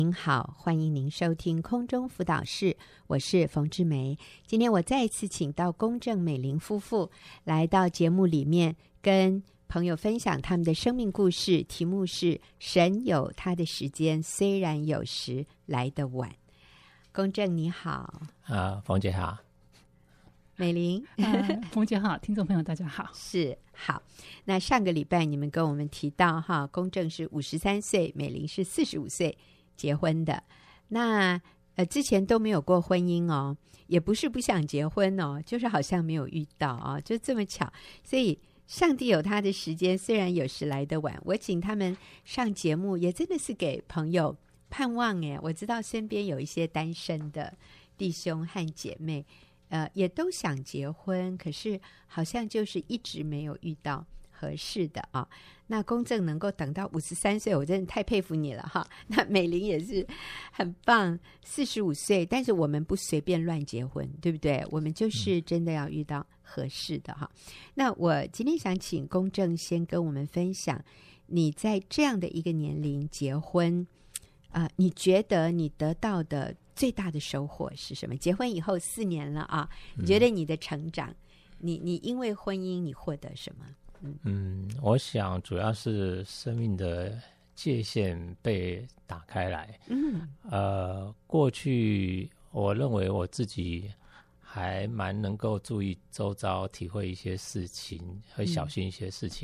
您好，欢迎您收听空中辅导室，我是冯志梅。今天我再一次请到公正美玲夫妇来到节目里面，跟朋友分享他们的生命故事，题目是神有他的时间，虽然有时来得晚。公正你好。 冯姐好。 美玲冯姐好，听众朋友大家好。 是好。那上个礼拜你们跟我们提到哈，公正是53岁，美玲是45岁结婚的。那之前都没有过婚姻哦，也不是不想结婚哦，就是好像没有遇到哦，就这么巧。所以上帝有他的时间，虽然有时来得晚。我请他们上节目也真的是给朋友盼望耶。我知道身边有一些单身的弟兄和姐妹也都想结婚，可是好像就是一直没有遇到合适的啊。那公正能够等到53岁，我真的太佩服你了哈。那美玲也是很棒，45岁，但是我们不随便乱结婚，对不对？我们就是真的要遇到合适的哈。那我今天想请公正先跟我们分享，你在这样的一个年龄结婚你觉得你得到的最大的收获是什么？结婚以后4年了啊，你觉得你的成长，你因为婚姻你获得什么？ 我想主要是生命的界限被打开来。过去我认为我自己还蛮能够注意周遭，体会一些事情，会小心一些事情。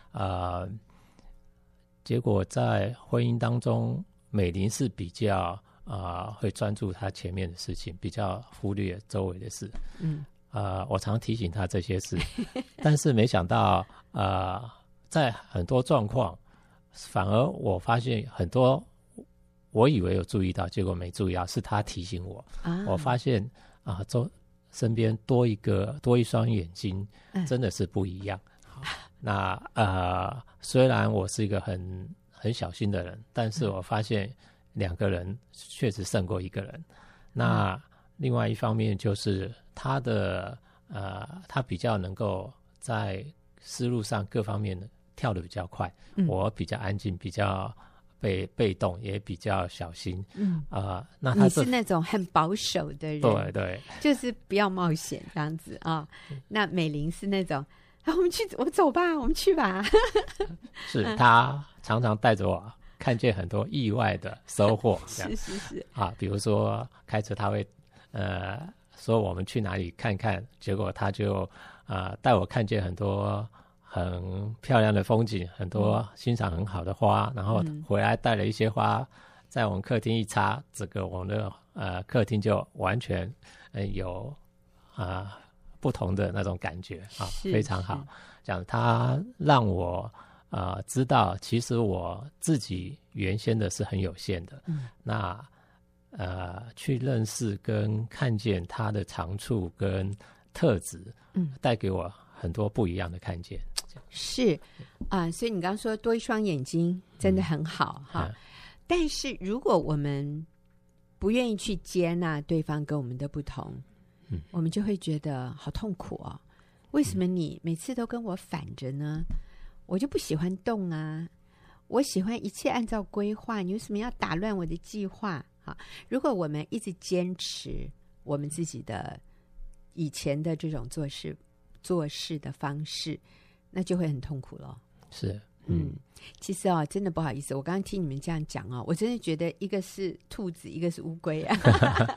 结果在婚姻当中，美玲是比较会专注她前面的事情，比较忽略周围的事。我常提醒她这些事，但是没想到在很多状况，反而我发现很多我以为有注意到，结果没注意到，是她提醒我。我发现身边多一双眼睛，真的是不一样。那虽然我是一个很小心的人，但是我发现2个人确实胜过1个人。那另外一方面就是他比较能够在思路上各方面跳得比较快。我比较安静，比较被动，也比较小心。那你是那种很保守的人， 对对， 就是不要冒险这样子啊。那美玲是那种我们走吧，我们去吧。 是他常常带着我看见很多意外的收获。 是比如说开车他会说我们去哪里看看，结果他就带我看见很多很漂亮的风景，很多欣赏很好的花，然后回来带了一些花在我们客厅一插，整个我们的客厅就完全有不同的那种感觉非常好。这样他让我知道其实我自己原先的是很有限的。那去认识跟看见他的长处跟特质，带给我很多不一样的看见。 是所以你刚刚说多一双眼睛真的很好哈。但是如果我们不愿意去接纳对方跟我们的不同，我们就会觉得好痛苦哦。为什么你每次都跟我反着呢？我就不喜欢动啊，我喜欢一切按照规划，你为什么要打乱我的计划？如果我们一直坚持我们自己的以前的这种做事的方式，那就会很痛苦了。是。其实真的不好意思，我刚刚听你们这样讲我真的觉得一个是兔子，一个是乌龟啊。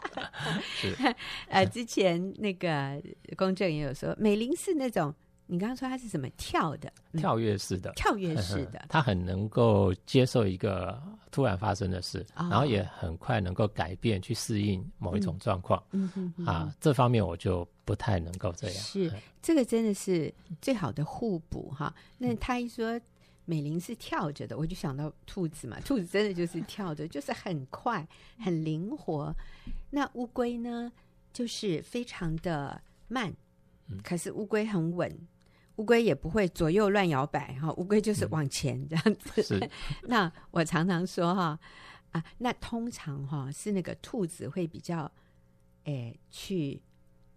之前那个公正也有说，美玲是那种你刚刚说她是什么跳跃式的，她很能够接受一个突然发生的事，然后也很快能够改变去适应某一种状况。这方面我就不太能够这样。是，这个真的是最好的互补哈。那他一说美玲是跳着的，我就想到兔子嘛，兔子真的就是跳着，就是很快很灵活。那乌龟呢就是非常的慢，可是乌龟很稳，乌龟也不会左右乱摇摆乌龟就是往前这样子。那我常常说那通常是那个兔子会比较去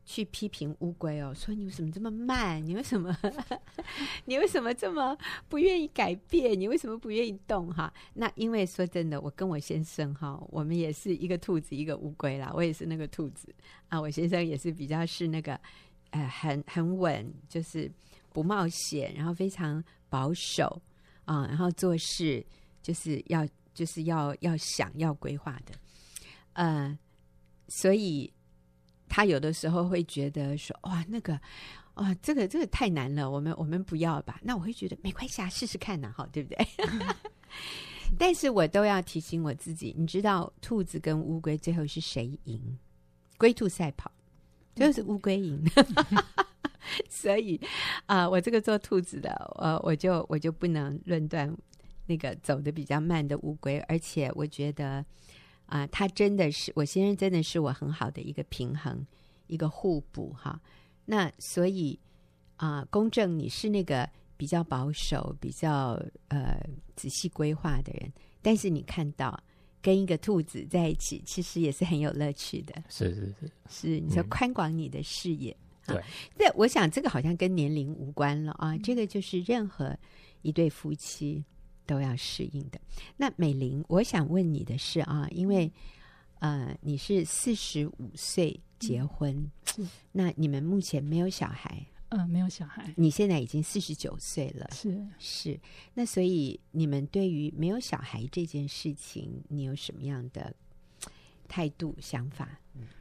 去批评乌龟哦，说你为什么这么慢？你为什么你为什么这么不愿意改变？你为什么不愿意动哈？那因为说真的，我跟我先生哈，我们也是一个兔子一个乌龟啦，我也是那个兔子啊，我先生也是比较是那个很稳，就是不冒险，然后非常保守啊，然后做事就是要想要规划的，所以他有的时候会觉得说，哇，那个，哇，这个太难了，我们不要吧。那我会觉得没关系啊，试试看呐，好，对不对？但是我都要提醒我自己，你知道，兔子跟乌龟最后是谁赢？龟兔赛跑，最后是乌龟赢。所以我这个做兔子的，我就不能论断那个走得比较慢的乌龟，而且我觉得。他真的是我先生，真的是我很好的一个平衡，一个互补哈。那所以公正，你是那个比较保守、比较仔细规划的人，但是你看到跟一个兔子在一起，其实也是很有乐趣的。是，你说宽广你的视野。 对， 这我想这个好像跟年龄无关了啊，这个就是任何一对夫妻都要适应的。那美玲，我想问你的是啊，因为你是45岁结婚，那你们目前没有小孩？ 没有小孩。 你现在已经49岁了，是。那所以你们对于没有小孩这件事情，你有什么样的态度想法？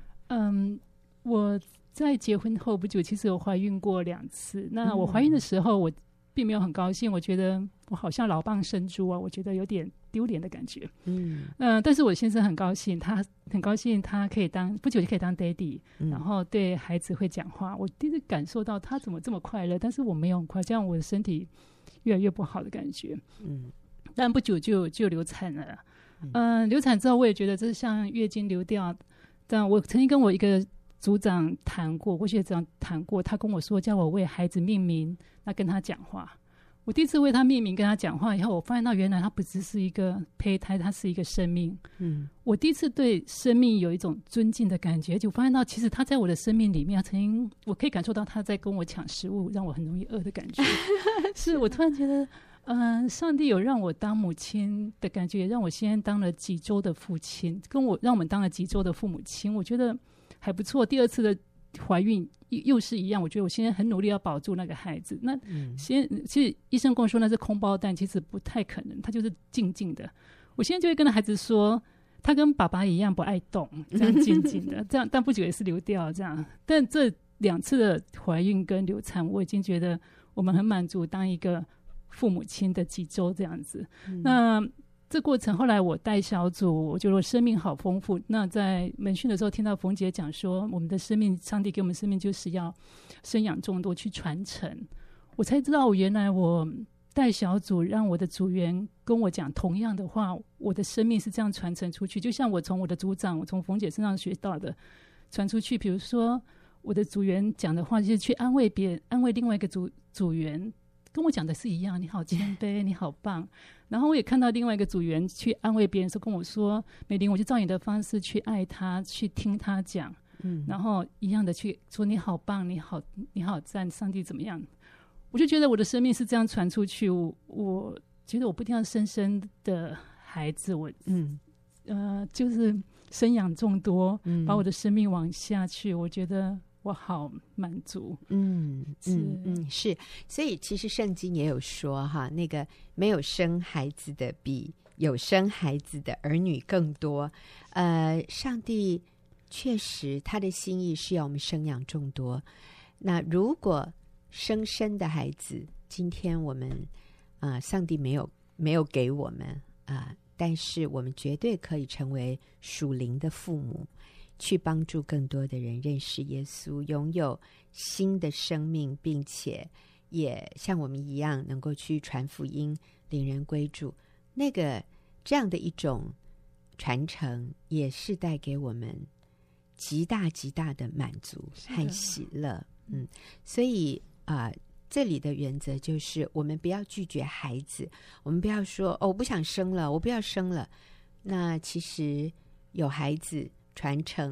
我在结婚后不久，其实我怀孕过2次。那我怀孕的时候，我并没有很高兴，我觉得我好像老蚌生珠啊，我觉得有点丢脸的感觉。但是我先生很高兴，他很高兴他可以不久就可以当 daddy，然后对孩子会讲话。我第一次感受到他怎么这么快乐，但是我没有很快，这样我的身体越来越不好的感觉。但不久就流产了。流产之后我也觉得这是像月经流掉。但我曾经跟我一个组长谈过，国学长谈过，他跟我说叫我为孩子命名，那跟他讲话。我第一次为他命名跟他讲话以后，我发现到原来他不只是一个胚胎，他是一个生命。我第一次对生命有一种尊敬的感觉，就发现到其实他在我的生命里面，曾经我可以感受到他在跟我抢食物，让我很容易饿的感觉。是我突然觉得上帝有让我当母亲的感觉，也让我先当了几周的父亲，让我们当了几周的父母亲，我觉得还不错。第2次的怀孕又是一样，我觉得我现在很努力要保住那个孩子。那其实医生跟我说那是空包蛋，其实不太可能，他就是静静的。我现在就会跟孩子说，他跟爸爸一样不爱动，这样静静的，这样但不久也是流掉这样。但这2次的怀孕跟流产，我已经觉得我们很满足当一个父母亲的几周这样子。那这过程后来我带小组，我觉得我生命好丰富。那在门训的时候听到冯姐讲说，我们的生命，上帝给我们生命就是要生养众多，去传承。我才知道原来我带小组让我的组员跟我讲同样的话，我的生命是这样传承出去。就像我从我的组长，我从冯姐身上学到的传出去。比如说我的组员讲的话就是去安慰别人，安慰另外一个组员，跟我讲的是一样，你好谦卑，你好棒。然后我也看到另外一个组员去安慰别人，说跟我说，美玲，我就照你的方式去爱他，去听他讲，然后一样的去说你好棒，你好赞，上帝怎么样。我就觉得我的生命是这样传出去。我觉得我不一定要生的孩子，我就是生养众多，把我的生命往下去，我觉得我好满足。 是。所以其实圣经也有说哈，那个没有生孩子的比有生孩子的儿女更多。上帝确实他的心意是要我们生养众多。那如果生的孩子，今天我们上帝没有给我们但是我们绝对可以成为属灵的父母，去帮助更多的人认识耶稣，拥有新的生命，并且也像我们一样能够去传福音，领人归主。那个这样的一种传承，也是带给我们极大极大的满足和喜乐。所以这里的原则就是我们不要拒绝孩子，我们不要说我不想生了，我不要生了。那其实有孩子传承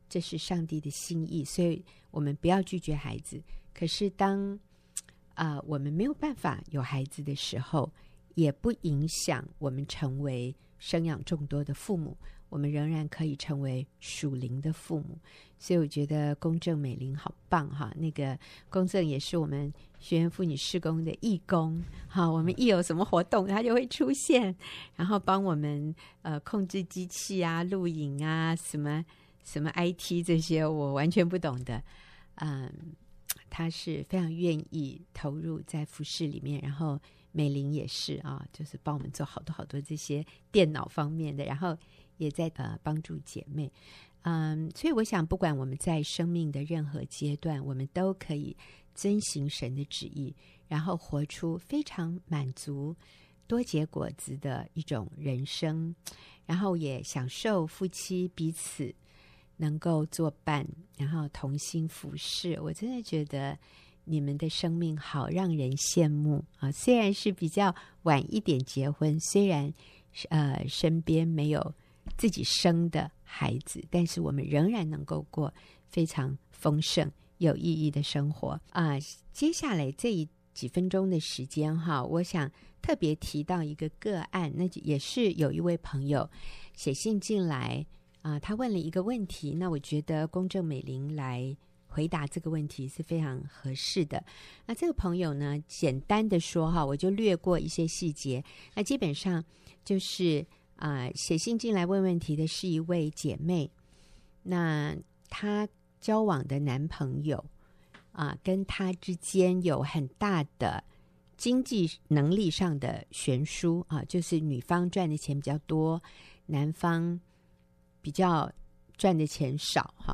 这是上帝的心意，所以我们不要拒绝孩子。可是当我们没有办法有孩子的时候，也不影响我们成为生养众多的父母，我们仍然可以成为属灵的父母。所以我觉得公正美玲好棒哈！那个公正也是我们学园妇女事工的义工哈，我们一有什么活动他就会出现，然后帮我们控制机器啊、录影啊、什么 IT 这些我完全不懂的，他是非常愿意投入在服事里面，然后美玲也是啊，就是帮我们做好多好多这些电脑方面的，然后也在帮助姐妹。所以我想不管我们在生命的任何阶段，我们都可以遵行神的旨意，然后活出非常满足多结果子的一种人生，然后也享受夫妻彼此能够作伴，然后同心服侍。我真的觉得你们的生命好让人羡慕啊！虽然是比较晚一点结婚，虽然身边没有自己生的孩子，但是我们仍然能够过非常丰盛有意义的生活啊！接下来这几分钟的时间哈，我想特别提到一个个案，那也是有一位朋友写信进来他问了一个问题，那我觉得公正美玲来回答这个问题是非常合适的。那这个朋友呢，简单的说哈，我就略过一些细节。那基本上就是写信进来问问题的是一位姐妹，那她交往的男朋友跟她之间有很大的经济能力上的悬殊就是女方赚的钱比较多，男方比较赚的钱少哈。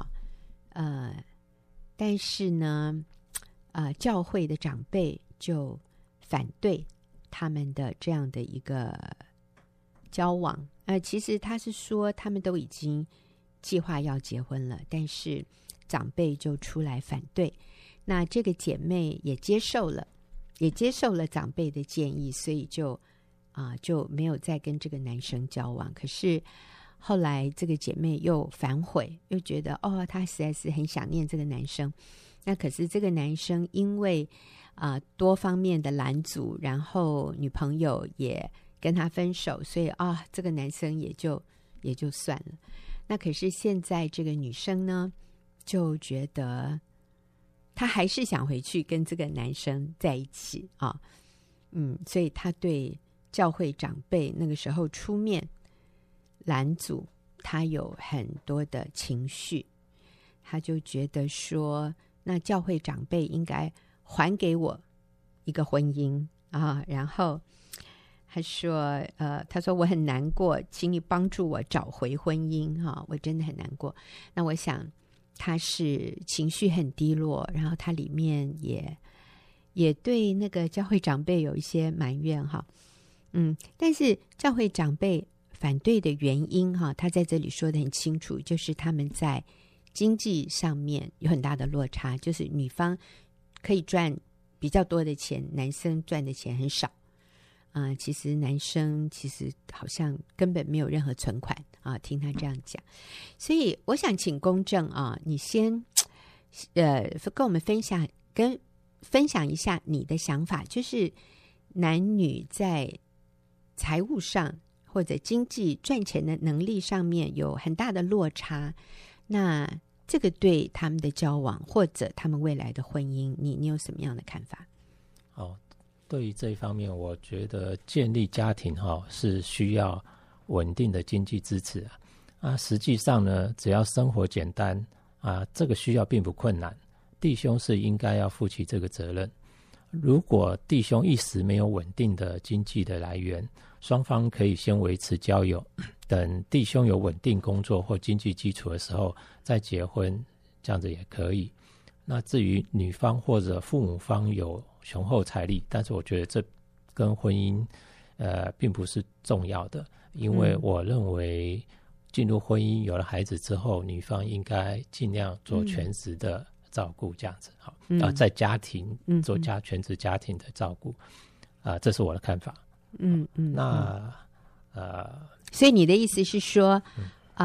但是呢教会的长辈就反对他们的这样的一个交往。其实他是说他们都已经计划要结婚了，但是长辈就出来反对。那这个姐妹也接受了长辈的建议，所以就没有再跟这个男生交往。可是后来这个姐妹又反悔，又觉得她实在是很想念这个男生。那可是这个男生因为多方面的拦阻，然后女朋友也跟他分手，所以这个男生也就算了。那可是现在这个女生呢，就觉得她还是想回去跟这个男生在一起所以她对教会长辈那个时候出面拦阻，她有很多的情绪。她就觉得说，那教会长辈应该还给我一个婚姻然后他说我很难过，请你帮助我找回婚姻我真的很难过。那我想他是情绪很低落，然后他里面也对那个教会长辈有一些埋怨但是教会长辈反对的原因他在这里说得很清楚，就是他们在经济上面有很大的落差，就是女方可以赚比较多的钱，男生赚的钱很少其实男生其实好像根本没有任何存款听他这样讲。所以我想请公正你先跟我们分享一下你的想法，就是男女在财务上或者经济赚钱的能力上面有很大的落差，那这个对他们的交往或者他们未来的婚姻，你有什么样的看法？ 对于这一方面，我觉得建立家庭是需要稳定的经济支持实际上呢，只要生活简单这个需要并不困难，弟兄是应该要负起这个责任。如果弟兄一时没有稳定的经济的来源，双方可以先维持交友，等弟兄有稳定工作或经济基础的时候再结婚，这样子也可以。那至于女方或者父母方有雄厚财力，但是我觉得这跟婚姻并不是重要的，因为我认为进入婚姻有了孩子之后，女方应该尽量做全职的照顾，这样子在家庭做全职家庭的照顾这是我的看法。所以你的意思是说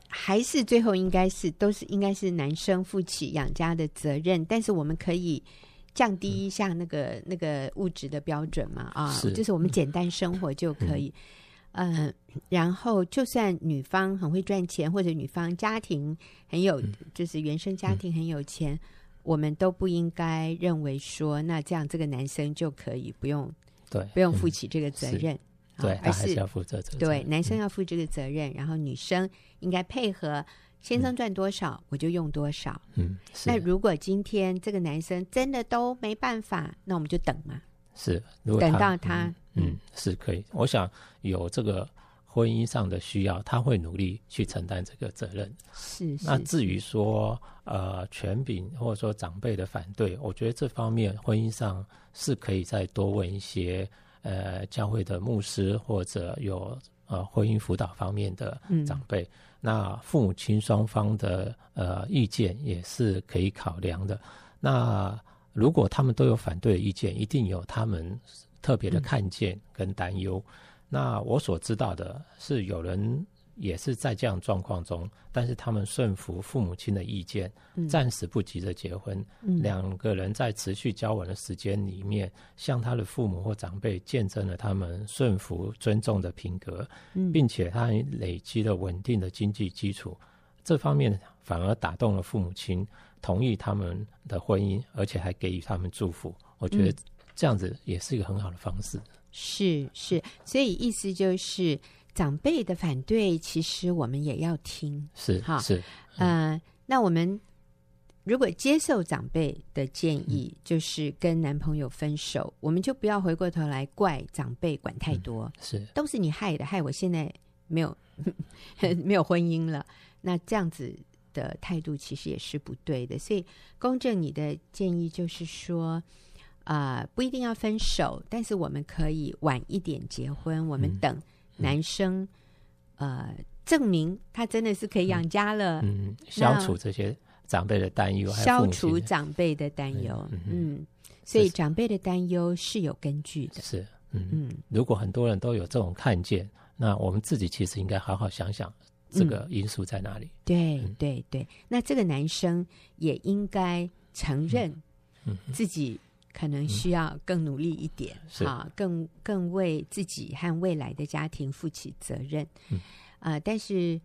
还是最后应该是男生负起养家的责任，但是我们可以降低一下那个物质的标准嘛，就是我们简单生活就可以。然后就算女方很会赚钱，或者女方家庭很有，就是原生家庭很有钱，我们都不应该认为说，那这样这个男生就可以不用负起这个责任。 对，他还是要负责这个责任。 对，男生要负这个责任，然后女生应该配合先生赚多少，我就用多少。那如果今天这个男生真的都没办法，那我们就等嘛。 是，如果等到他是可以。我想有这个婚姻上的需要，他会努力去承担这个责任。 是。 那至于说权柄或者说长辈的反对，我觉得这方面婚姻上是可以再多问一些教会的牧师或者有婚姻辅导方面的长辈。那父母亲双方的意见也是可以考量的。那如果他们都有反对的意见，一定有他们特别的看见跟担忧。那我所知道的是，有人也是在这样状况中，但是他们顺服父母亲的意见，暂时不急着结婚。两个人在持续交往的时间里面，向他的父母或长辈见证了他们顺服尊重的品格，并且他累积了稳定的经济基础。这方面反而打动了父母亲，同意他们的婚姻，而且还给予他们祝福。我觉得这样子也是一个很好的方式。 是，所以意思就是长辈的反对其实我们也要听。是。那我们如果接受长辈的建议，就是跟男朋友分手，我们就不要回过头来怪长辈管太多。都是你害的，害我现在没有婚姻了。那这样子的态度其实也是不对的。所以公正你的建议就是说不一定要分手，但是我们可以晚一点结婚，我们等男生证明他真的是可以养家了， 消除这些长辈的担忧， 消除长辈的担忧。所以长辈的担忧是有根据的。 是。如果很多人都有这种看见，那我们自己其实应该好好想想这个因素在哪里。 对。那这个男生也应该承认自己可能需要更努力一点，更为自己和未来的家庭负起责任。但是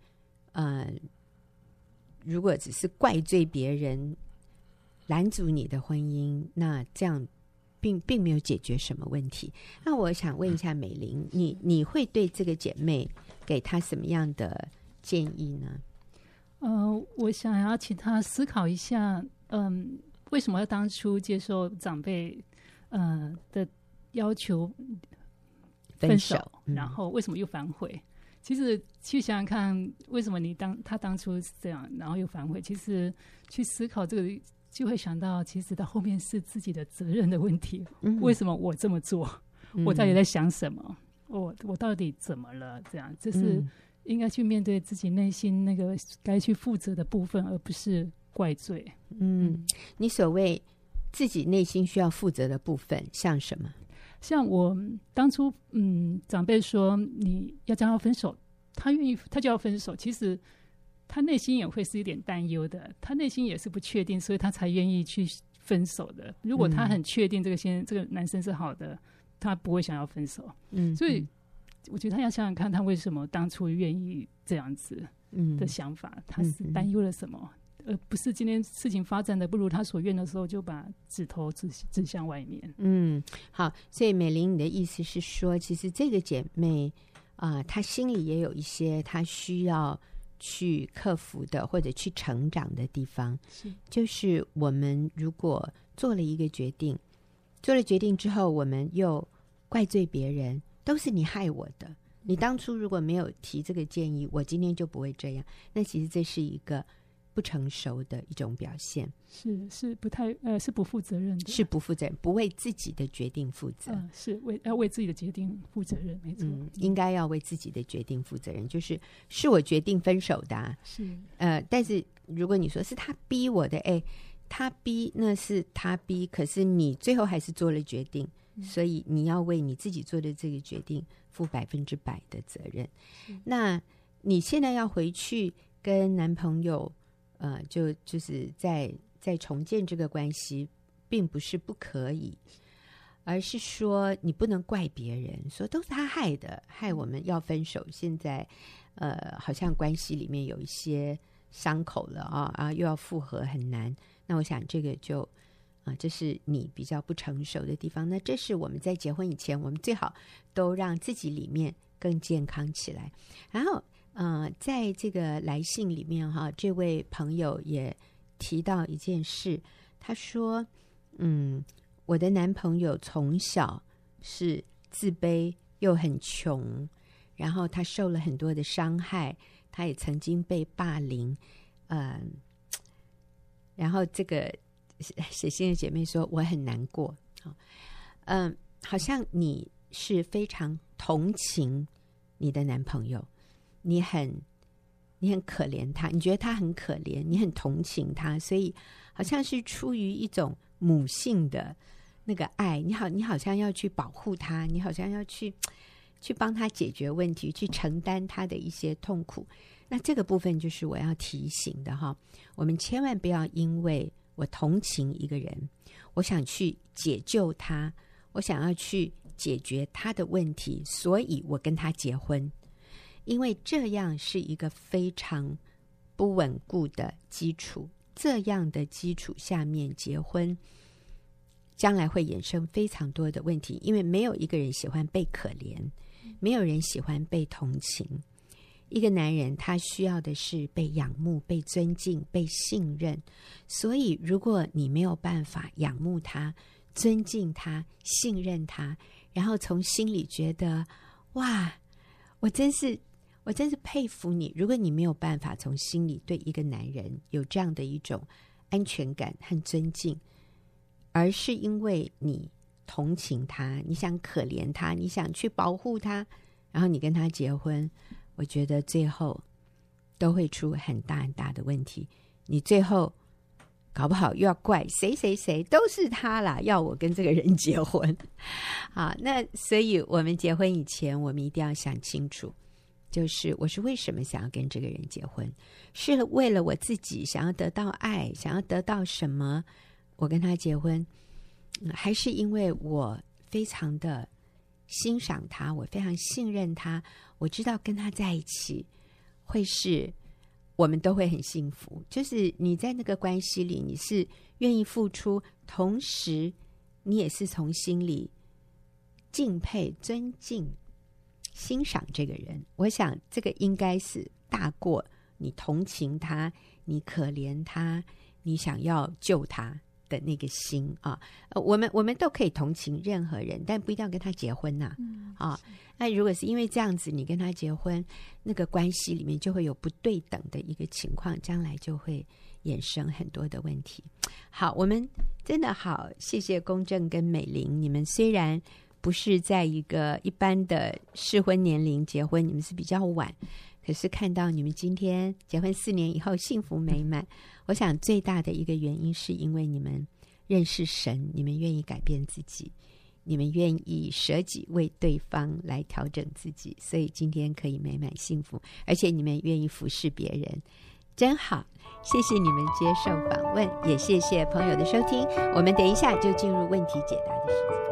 如果只是怪罪别人拦阻你的婚姻，那这样并没有解决什么问题。那我想问一下美玲，你会对这个姐妹给她什么样的建议呢？ 我想要请她思考一下，为什么要当初接受长辈的要求分手，然后为什么又反悔？其实去想想看，为什么他当初是这样，然后又反悔？其实去思考这个，就会想到，其实到后面是自己的责任的问题。为什么我这么做？我到底在想什么？我到底怎么了？这样，这是应该去面对自己内心那个该去负责的部分，而不是怪罪。 你所谓自己内心需要负责的部分像什么？ 像我当初长辈说你要将他分手，他愿意他就要分手，其实他内心也会是一点担忧的，他内心也是不确定，所以他才愿意去分手的。如果他很确定这个男生是好的，他不会想要分手。所以我觉得他要想想看，他为什么当初愿意这样子的想法，他是担忧了什么，而不是今天事情发展的不如他所愿的时候，就把指头指向外面。 好，所以美玲，你的意思是说，其实这个姐妹她心里也有一些她需要去克服的或者去成长的地方。就是我们如果做了一个决定，做了决定之后，我们又怪罪别人，都是你害我的。你当初如果没有提这个建议，我今天就不会这样。那其实这是一个不成熟的一种表现， 是不太是不负责任的， 是不负责任，不为自己的决定负责。 是要为自己的决定负责任，没错。 应该要为自己的决定负责任，是我决定分手的是但是如果你说是他逼我的，他逼那是他逼，可是你最后还是做了决定，所以你要为你自己做的这个决定负100%的责任。那你现在要回去跟男朋友就是在重建这个关系，并不是不可以，而是说你不能怪别人，说都是他害的，害我们要分手。现在好像关系里面有一些伤口了啊，又要复合很难。那我想这个就这是你比较不成熟的地方。那这是我们在结婚以前，我们最好都让自己里面更健康起来。然后在这个来信里面哈，这位朋友也提到一件事，他说我的男朋友从小是自卑又很穷，然后他受了很多的伤害，他也曾经被霸凌，然后这个写信的姐妹说我很难过，好像你是非常同情你的男朋友，你很可怜他，你觉得他很可怜，你很同情他，所以好像是出于一种母性的那个爱，你好像要去保护他，你好像要去帮他解决问题，去承担他的一些痛苦。那这个部分就是我要提醒的哈，我们千万不要因为我同情一个人，我想去解救他，我想要去解决他的问题，所以我跟他结婚，因为这样是一个非常不稳固的基础，这样的基础下面结婚将来会衍生非常多的问题，因为没有一个人喜欢被可怜，没有人喜欢被同情。一个男人他需要的是被仰慕、被尊敬、被信任，所以如果你没有办法仰慕他、尊敬他、信任他，然后从心里觉得哇，我真是佩服你，如果你没有办法从心里对一个男人有这样的一种安全感和尊敬，而是因为你同情他，你想可怜他，你想去保护他，然后你跟他结婚，我觉得最后都会出很大很大的问题。你最后搞不好又要怪谁都是他啦，要我跟这个人结婚。好，那所以我们结婚以前，我们一定要想清楚，就是我是为什么想要跟这个人结婚，是为了我自己想要得到爱，想要得到什么我跟他结婚，还是因为我非常的欣赏他，我非常信任他，我知道跟他在一起会是我们都会很幸福。就是你在那个关系里，你是愿意付出，同时你也是从心里敬佩、尊敬、欣赏这个人。我想这个应该是大过你同情他，你可怜他，你想要救他的那个心啊。我们都可以同情任何人，但不一定要跟他结婚呐。那如果是因为这样子你跟他结婚，那个关系里面就会有不对等的一个情况，将来就会衍生很多的问题。好，我们真的好谢谢公正跟美玲，你们虽然不是在一个一般的适婚年龄结婚，你们是比较晚，可是看到你们今天结婚4年以后幸福美满，我想最大的一个原因是因为你们认识神，你们愿意改变自己，你们愿意舍己为对方来调整自己，所以今天可以美满幸福，而且你们愿意服侍别人，真好。谢谢你们接受访问，也谢谢朋友的收听。我们等一下就进入问题解答的时间。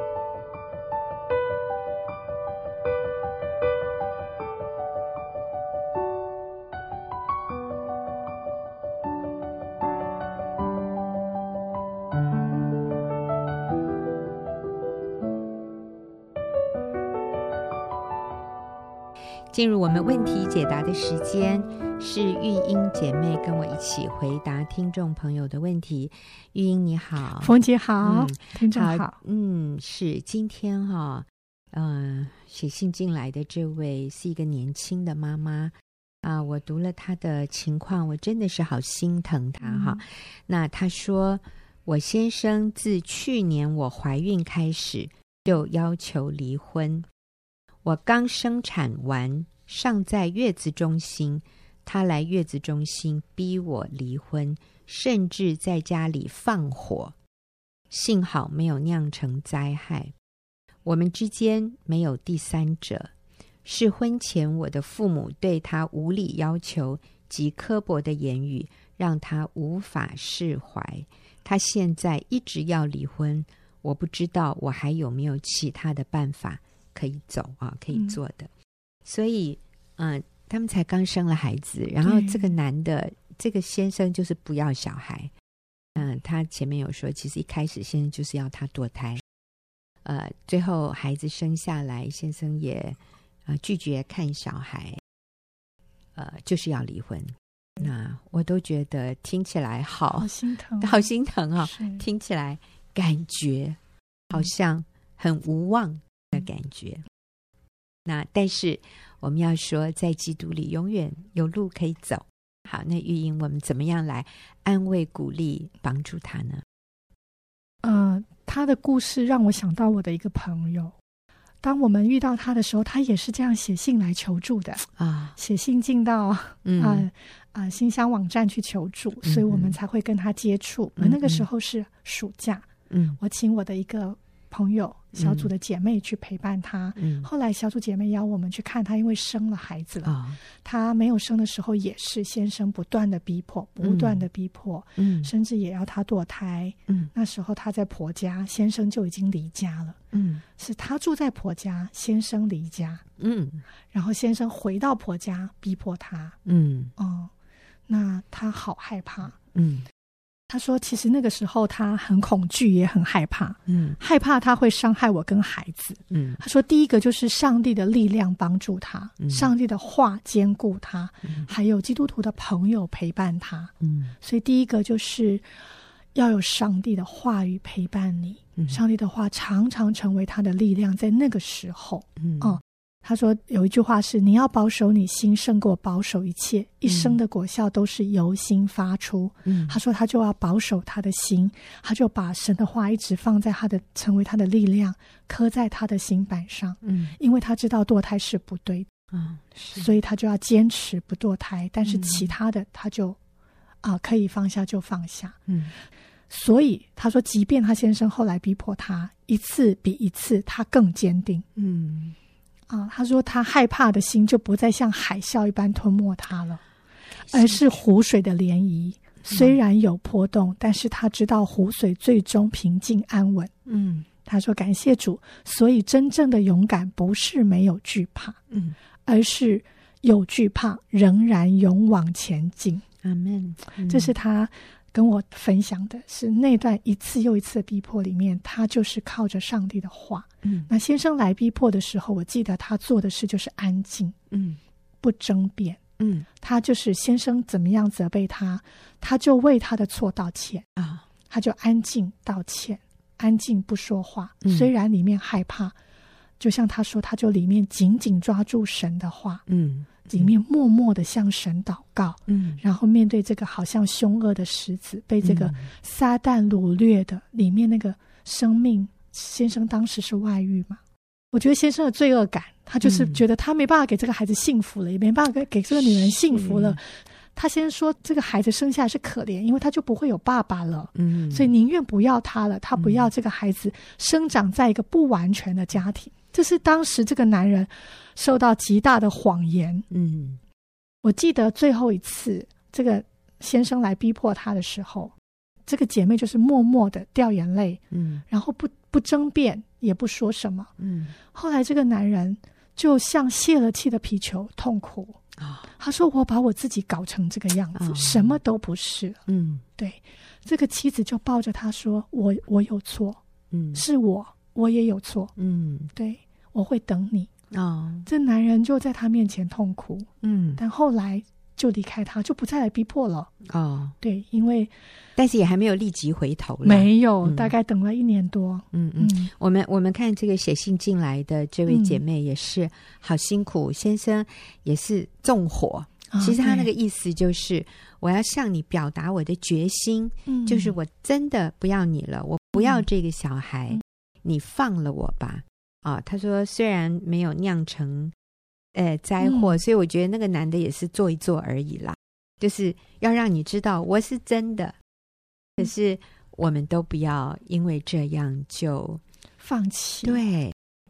进入我们问题解答的时间，是玉英姐妹跟我一起回答听众朋友的问题。玉英你好。 冯姐好，听众好。 是今天写信进来的这位是一个年轻的妈妈啊，我读了她的情况，我真的是好心疼她哈。那她说，我先生自去年我怀孕开始就要求离婚，我刚生产完，尚在月子中心，他来月子中心逼我离婚，甚至在家里放火，幸好没有酿成灾害。我们之间没有第三者，是婚前我的父母对他无理要求， 及刻薄的言语让他无法释怀，他现在一直要离婚，我不知道我还有没有其他的办法可以走啊，可以做的。所以他们才刚生了孩子，然后这个男的这个先生就是不要小孩。他前面有说其实一开始先生就是要他堕胎，最后孩子生下来，先生也拒绝看小孩，就是要离婚。那我都觉得听起来好心疼， 好心疼啊！听起来感觉好像很无望的感觉。那但是我们要说，在基督里永远有路可以走。好，那玉英，我们怎么样来安慰、鼓励、帮助他呢？ 他的故事让我想到我的一个朋友。当我们遇到他的时候，他也是这样写信来求助的啊，写信进到信箱网站去求助，所以我们才会跟他接触。那个时候是暑假，我请我的一个朋友小组的姐妹去陪伴他，后来小组姐妹邀我们去看他，因为生了孩子了，他没有生的时候也是先生不断的逼迫，甚至也要他堕胎。那时候他在婆家，先生就已经离家了，是他住在婆家，先生离家，然后先生回到婆家逼迫他，那他好害怕，他说其实那个时候他很恐惧也很害怕，害怕他会伤害我跟孩子。他说第一个就是上帝的力量帮助他，上帝的话坚固他，还有基督徒的朋友陪伴他。所以第一个就是要有上帝的话语陪伴你，上帝的话常常成为他的力量。在那个时候他说有一句话是，你要保守你心胜过保守一切，一生的果效都是由心发出。他说他就要保守他的心，他就把神的话一直放在成为他的力量，刻在他的心板上。因为他知道堕胎是不对的，所以他就要坚持不堕胎，但是其他的他就可以放下就放下。所以他说即便他先生后来逼迫他，一次比一次他更坚定。他说他害怕的心就不再像海啸一般吞没他了，而是湖水的涟漪，虽然有波动，但是他知道湖水最终平静安稳。他说感谢主，所以真正的勇敢不是没有惧怕，而是有惧怕仍然勇往前进。 阿们。 这是他跟我分享的，是那段一次又一次的逼迫里面，他就是靠着上帝的话。那先生来逼迫的时候，我记得他做的事就是安静，不争辩。他就是先生怎么样责备他，他就为他的错道歉他就安静道歉，安静不说话。虽然里面害怕，就像他说，他就里面紧紧抓住神的话，里面默默的向神祷告，然后面对这个好像凶恶的狮子，被这个撒旦掳掠的里面那个生命。先生当时是外遇嘛，我觉得先生的罪恶感，他就是觉得他没办法给这个孩子幸福了，也没办法给这个女人幸福了。他先说这个孩子生下来是可怜，因为他就不会有爸爸了，所以宁愿不要他了，他不要这个孩子生长在一个不完全的家庭。这是当时这个男人受到极大的谎言。我记得最后一次这个先生来逼迫他的时候，这个姐妹就是默默的掉眼泪，然后不争辩，也不说什么。后来这个男人就像泄了气的皮球，痛哭。他说我把我自己搞成这个样子，什么都不是了。对，这个妻子就抱着他说我有错，是我也有错，对，我会等你。这男人就在他面前痛哭，但后来就离开他，就不再来逼迫了。对，因为但是也还没有立即回头了， 没有，大概等了1年多。 我们看这个写信进来的这位姐妹也是好辛苦，先生也是纵火。其实他那个意思就是我要向你表达我的决心，就是我真的不要你了，我不要这个小孩，你放了我吧。他说虽然没有酿成灾祸，所以我觉得那个男的也是做一做而已啦，就是要让你知道我是真的，可是我们都不要因为这样就放弃。 对，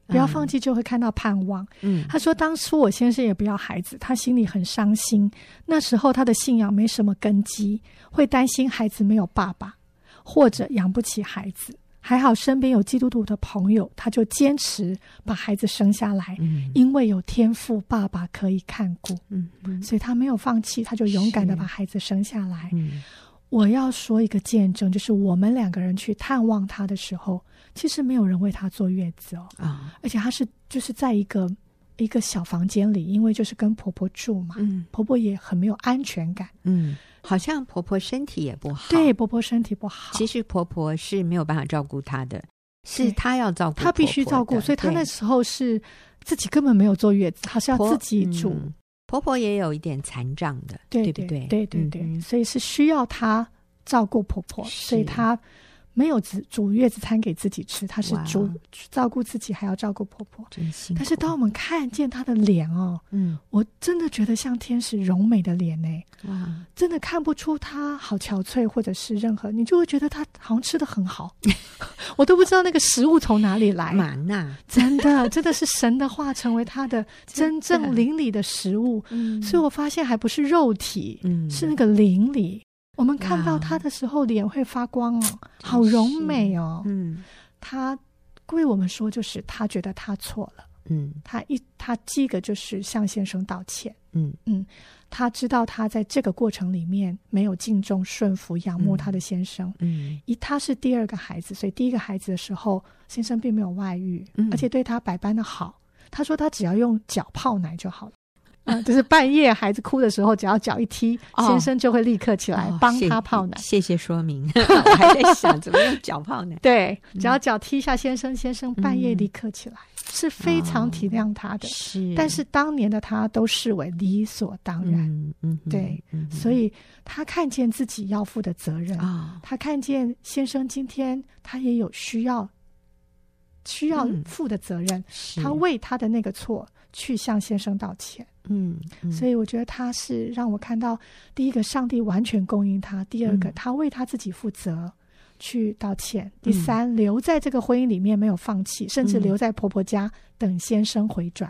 不要放弃就会看到盼望。他说当初我先生也不要孩子，他心里很伤心，那时候他的信仰没什么根基，会担心孩子没有爸爸或者养不起孩子，还好身边有基督徒的朋友，他就坚持把孩子生下来，因为有天父爸爸可以看顾，所以他没有放弃，他就勇敢的把孩子生下来。我要说一个见证，就是我们2个人去探望他的时候，其实没有人为他坐月子而且他是就是在一个小房间里，因为就是跟婆婆住嘛，婆婆也很没有安全感， 好像婆婆身体也不好。 对，婆婆身体不好， 其实婆婆是没有办法照顾她的，是她要照顾婆婆的， 她必须照顾，所以她那时候是自己根本没有坐月子，她是要自己煮。 婆婆也有一点残障的，对不对？ 对，所以是需要她照顾婆婆，所以她没有煮月子餐给自己吃，她是照顾自己还要照顾婆婆， 真辛苦。 但是当我们看见她的脸我真的觉得像天使柔美的脸真的看不出她好憔悴或者是任何，你就会觉得她好像吃得很好我都不知道那个食物从哪里来， 玛纳真的是神的话成为她的真正灵里的食物所以我发现还不是肉体是那个灵里，我们看到他的时候脸会发光好柔美他为我们说就是他觉得他错了他第一个就是向先生道歉他知道他在这个过程里面没有敬重顺服仰慕他的先生他是第2个孩子，所以第1个孩子的时候先生并没有外遇而且对他百般的好，他说他只要用脚泡奶就好了就是半夜孩子哭的时候，只要脚一踢先生就会立刻起来帮他泡奶。 谢谢说明我还在想怎么用脚泡奶对，只要脚踢一下先生半夜立刻起来是非常体谅他的但是当年的他都视为理所当然对所以他看见自己要负的责任他看见先生今天他也有需要负的责任他为他的那个错去向先生道歉所以我觉得他是让我看到第1个上帝完全供应他，第2个他为他自己负责去道歉，第3留在这个婚姻里面没有放弃甚至留在婆婆家等先生回转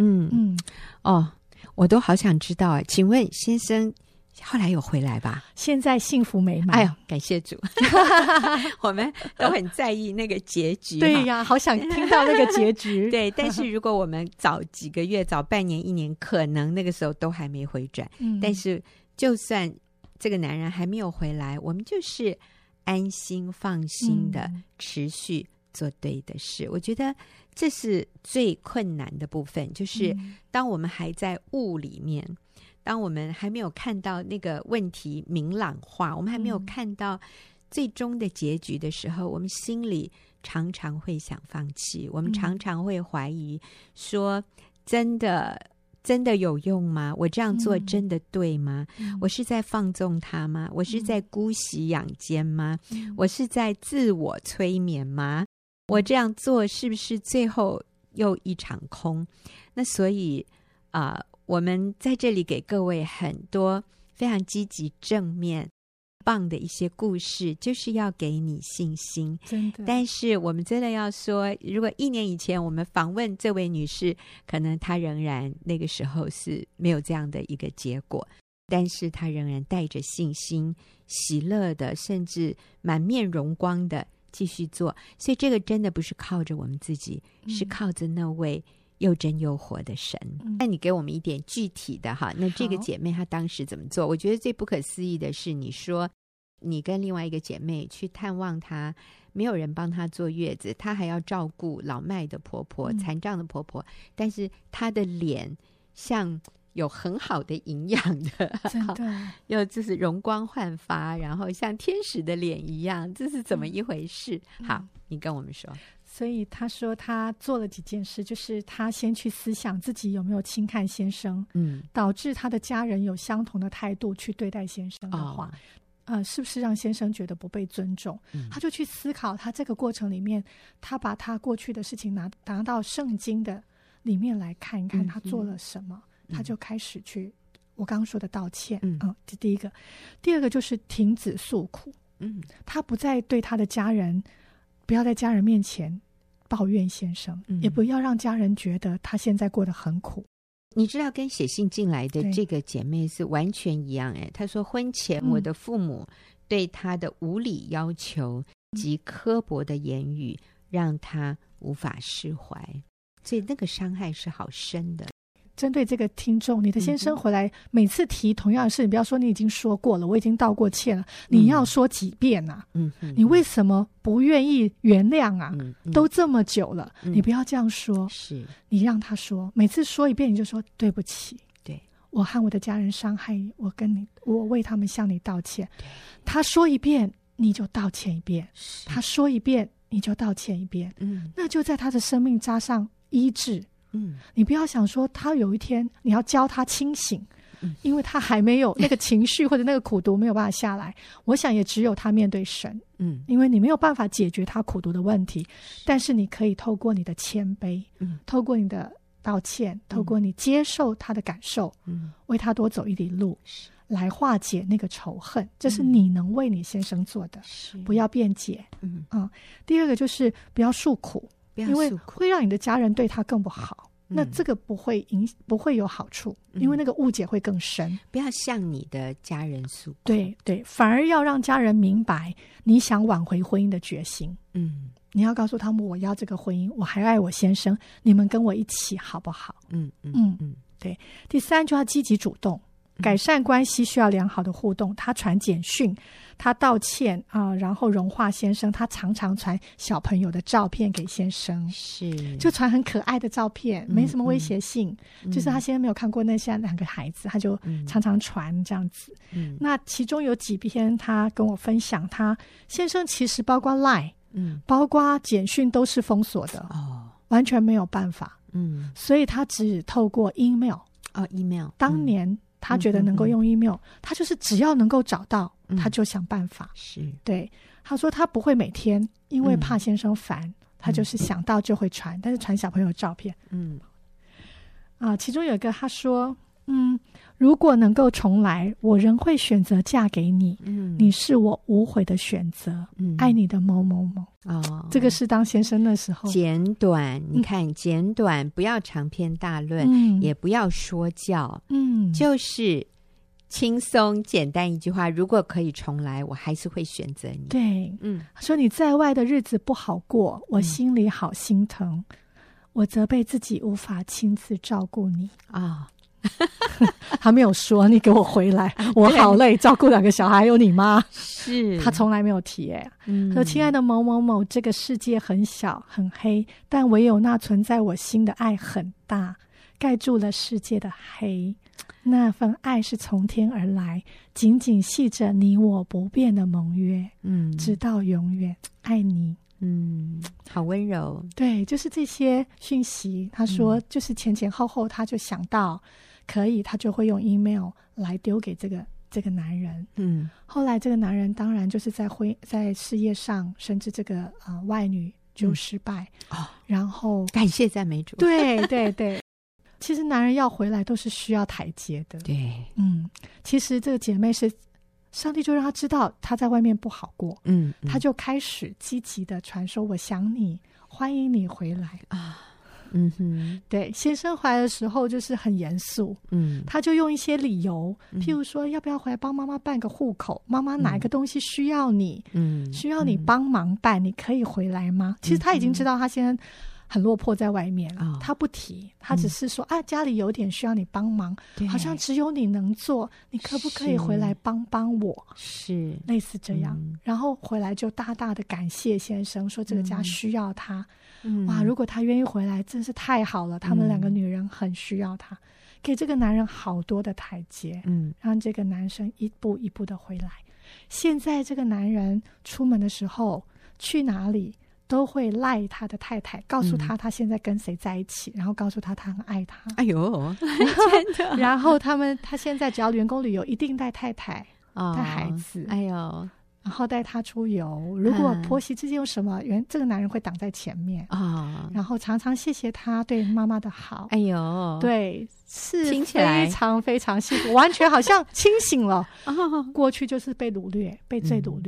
我都好想知道请问先生后来有回来吧？ 现在幸福美满。 哎呦，感谢主我们都很在意那个结局对呀，好想听到那个结局对，但是如果我们早几个月早半年1年可能那个时候都还没回转但是就算这个男人还没有回来，我们就是安心放心的持续做对的事我觉得这是最困难的部分，就是当我们还在雾里面当我们还没有看到那个问题明朗化我们还没有看到最终的结局的时候我们心里常常会想放弃我们常常会怀疑说真的有用吗？我这样做真的对吗？我是在放纵他吗？我是在姑息养奸吗？我是在自我催眠吗？我这样做是不是最后又一场空？那所以我们在这里给各位很多非常积极正面棒的一些故事，就是要给你信心真的。 但是我们真的要说，如果1年以前我们访问这位女士，可能她仍然那个时候是没有这样的一个结果，但是她仍然带着信心喜乐的甚至满面荣光的继续做。所以这个真的不是靠着我们自己是靠着那位又真又活的神那你给我们一点具体的那这个姐妹她当时怎么做？我觉得最不可思议的是你说你跟另外一个姐妹去探望她，没有人帮她坐月子，她还要照顾老迈的婆婆残障的婆婆但是她的脸像有很好的营养的真的又就是容光焕发然后像天使的脸一样，这是怎么一回事好，你跟我们说。 所以他说他做了几件事，就是他先去思想自己有没有轻看先生导致他的家人有相同的态度去对待先生的话是不是让先生觉得不被尊重他就去思考他这个过程里面他把他过去的事情拿到圣经的里面来看一看他做了什么他就开始去我刚刚说的道歉这第一个。第二个就是停止诉苦他不再对他的家人不要在家人面前抱怨先生，也不要让家人觉得他现在过得很苦。 你知道跟写信进来的这个姐妹是完全一样她说婚前我的父母对她的无理要求及刻薄的言语让她无法释怀，所以那个伤害是好深的。 针对这个听众，你的先生回来每次提同样的事，你不要说你已经说过了，我已经道过歉了，你要说几遍啊？你为什么不愿意原谅啊？都这么久了，你不要这样说。 是你让他说，每次说一遍你就说对不起， 对， 我和我的家人伤害你，我为他们向你道歉。他说一遍你就道歉一遍，他说一遍你就道歉一遍，那就在他的生命扎上医治。你不要想说他有一天你要教他清醒，因为他还没有那个情绪或者那个苦毒没有办法下来。我想也只有他面对神，因为你没有办法解决他苦毒的问题，但是你可以透过你的谦卑，透过你的道歉，透过你接受他的感受，为他多走一里路，来化解那个仇恨。这是你能为你先生做的，不要辩解。第二个就是不要诉苦，因为会让你的家人对他更不好，那这个不会有好处，因为那个误解会更深。 不要向你的家人诉苦， 对，反而要让家人明白你想挽回婚姻的决心。你要告诉他们，我要这个婚姻，我还爱我先生，你们跟我一起好不好？对。第三，就要积极主动。改善关系需要良好的互动，他传简讯，他道歉然后融化先生，他常常传小朋友的照片给先生，就传很可爱的照片，没什么威胁性，就是他现在没有看过那些两个孩子，他就常常传这样子。那其中有几篇他跟我分享，他先生其实包括 LINE，包括简讯都是封锁的，完全没有办法，所以他只透过 email。当年他觉得能够用 email，他就是只要能够找到，他就想办法。对，他说他不会每天，因为怕先生烦，他就是想到就会传，但是传小朋友的照片。其中有一个他说，如果能够重来，我仍会选择嫁给你，你是我无悔的选择，爱你的某某某。这个是当先生的时候， 简短，你看简短，不要长篇大论，也不要说教，就是轻松简单一句话，如果可以重来，我还是会选择你。 对，他说你在外的日子不好过，我心里好心疼，我责备自己无法亲自照顾你他没有说你给我回来，我好累，照顾2个小孩还有你妈，他从来没有提说亲爱的某某某，这个世界很小很黑，但唯有那存在我心的爱很大，盖住了世界的黑，那份爱是从天而来，紧紧系着你我不变的盟约，直到永远，爱你。 好温柔。对， 就是这些讯息，他说就是前前后后他就想到可以，他就会用 email 来丢给这个男人。后来这个男人当然就是在事业上，甚至这个外女就失败然后感谢赞美主。 对其实男人要回来都是需要台阶的。 对， 其实这个姐妹是上帝就让她知道她在外面不好过，她就开始积极的传说我想你，欢迎你回来对，先生回来的时候就是很严肃，他就用一些理由，譬如说要不要回来帮妈妈办个户口，妈妈哪一个东西需要你，需要你帮忙办，你可以回来吗？其实他已经知道他现在很落魄在外面，他不提，他只是说家里有点需要你帮忙，好像只有你能做，你可不可以回来帮我？是类似这样，然后回来就大大的感谢先生，说这个家需要他。哇，如果他愿意回来真是太好了，他们2个女人很需要他，给这个男人好多的台阶，让这个男生一步一步的回来。现在这个男人出门的时候去哪里都会赖他的太太，告诉他他现在跟谁在一起，然后告诉他他很爱他。 哎呦真的然后他现在只要员工旅游一定带太太带孩子， 哎呦， 然后带他出游，如果婆媳之间有什么这个男人会挡在前面然后常常谢谢他对妈妈的好。 哎呦， 对，是非常非常幸福，完全好像清醒了过去就是被掳掠，被罪掳掠，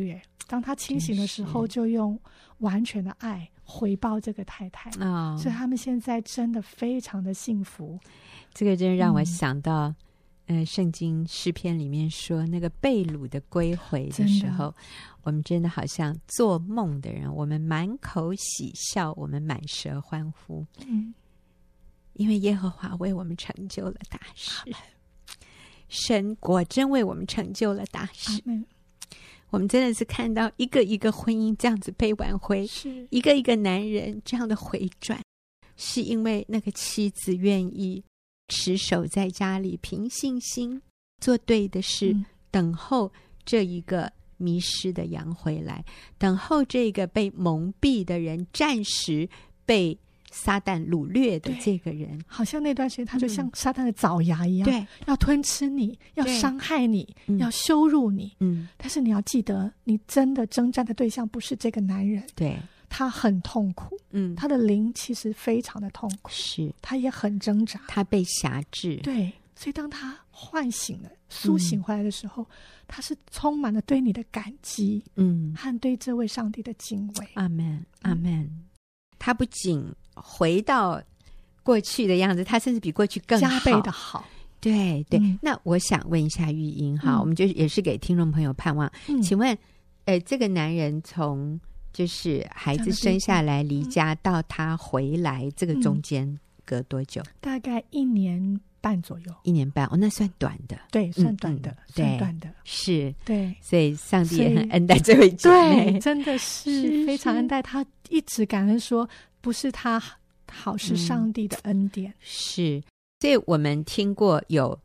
当他清醒的时候，就用完全的爱回报这个太太。所以他们现在真的非常的幸福。 这个真让我想到圣经诗篇里面说，那个被掳的归回的时候，我们真的好像做梦的人，我们满口喜笑，我们满舌欢呼。因为耶和华为我们成就了大事，神果真为我们成就了大事。我们真的是看到一个一个婚姻这样子被挽回，一个一个男人这样的回转，是因为那个妻子愿意持守在家里，凭信心做对的事，等候这一个迷失的羊回来，等候这个被蒙蔽的人暂时被撒旦掳掠的这个人。 好像那段时间他就像撒旦的爪牙一样，对，要吞吃你，要伤害你，要羞辱你。但是你要记得，你真的征战的对象不是这个男人，对，他很痛苦，他的灵其实非常的痛苦，是，他也很挣扎， 他被辖制， 对，所以当他唤醒了、苏醒回来的时候，他是充满了对你的感激，和对这位上帝的敬畏。 阿们，阿们。他不仅回到过去的样子，他甚至比过去更好， 加倍的好。 对对，那我想问一下玉英哈，我们就也是给听众朋友盼望，请问，这个男人从就是孩子生下来离家到他回来，这个中间隔多久？ 大概1年半左右。 1年半，那算短的。 对，算短的，算短的。 是， 对， 所以上帝也很恩待这位姐妹， 对，真的是非常恩待他，一直感恩说，不是他好，是上帝的恩典。 是，所以我们听过有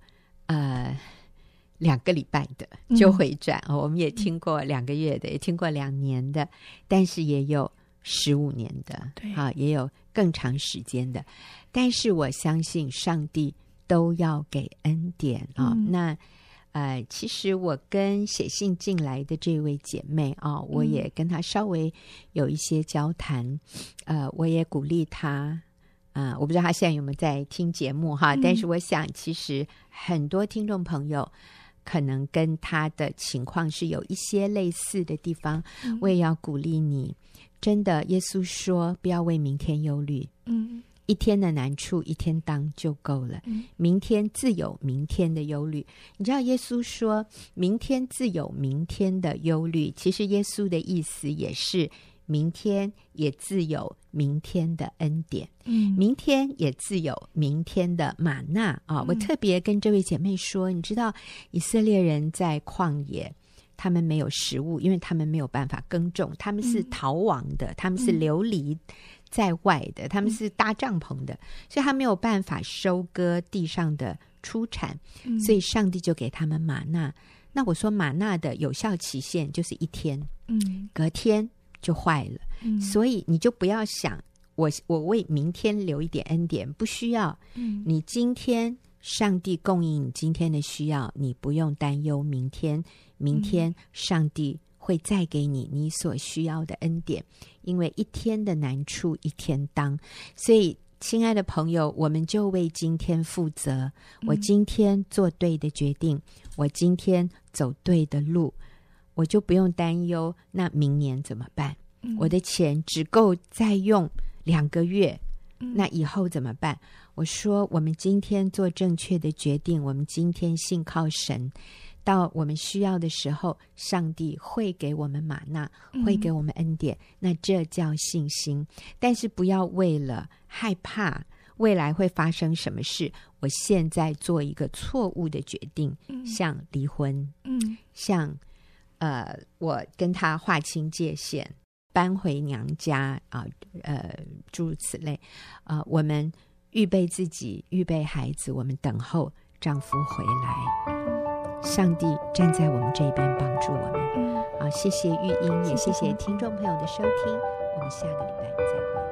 2个礼拜的就回转，我们也听过2个月的，也听过2年的，但是也有15年的，对，也有更长时间的。但是我相信上帝都要给恩典那其实我跟写信进来的这位姐妹我也跟她稍微有一些交谈，我也鼓励她。我不知道她现在有没有在听节目但是我想其实很多听众朋友可能跟她的情况是有一些类似的地方，我也要鼓励你，真的，耶稣说不要为明天忧虑，一天的难处一天当就够了，明天自有明天的忧虑。你知道耶稣说明天自有明天的忧虑，其实耶稣的意思也是明天也自有明天的恩典，明天也自有明天的玛纳我特别跟这位姐妹说，你知道以色列人在旷野，他们没有食物，因为他们没有办法耕种，他们是逃亡的，他们是流离在外的，他们是搭帐篷的，所以他没有办法收割地上的出产，所以上帝就给他们玛纳。那我说玛纳的有效期限就是1天，隔天就坏了，所以你就不要想我为明天留一点恩典，不需要，你今天上帝供应你今天的需要，你不用担忧明天上帝会再给你所需要的恩典，因为1天的难处1天当。所以亲爱的朋友，我们就为今天负责，我今天做对的决定，我今天走对的路，我就不用担忧那明年怎么办，我的钱只够再用2个月，那以后怎么办？我说我们今天做正确的决定，我们今天信靠神，到我们需要的时候，上帝会给我们玛纳，会给我们恩典，那这叫信心。但是不要为了害怕未来会发生什么事，我现在做一个错误的决定，像离婚，像我跟他划清界限，搬回娘家诸如此类，我们预备自己，预备孩子，我们等候丈夫回来，上帝站在我们这边帮助我们。好，谢谢玉英，也谢谢听众朋友的收听，我们下个礼拜再会。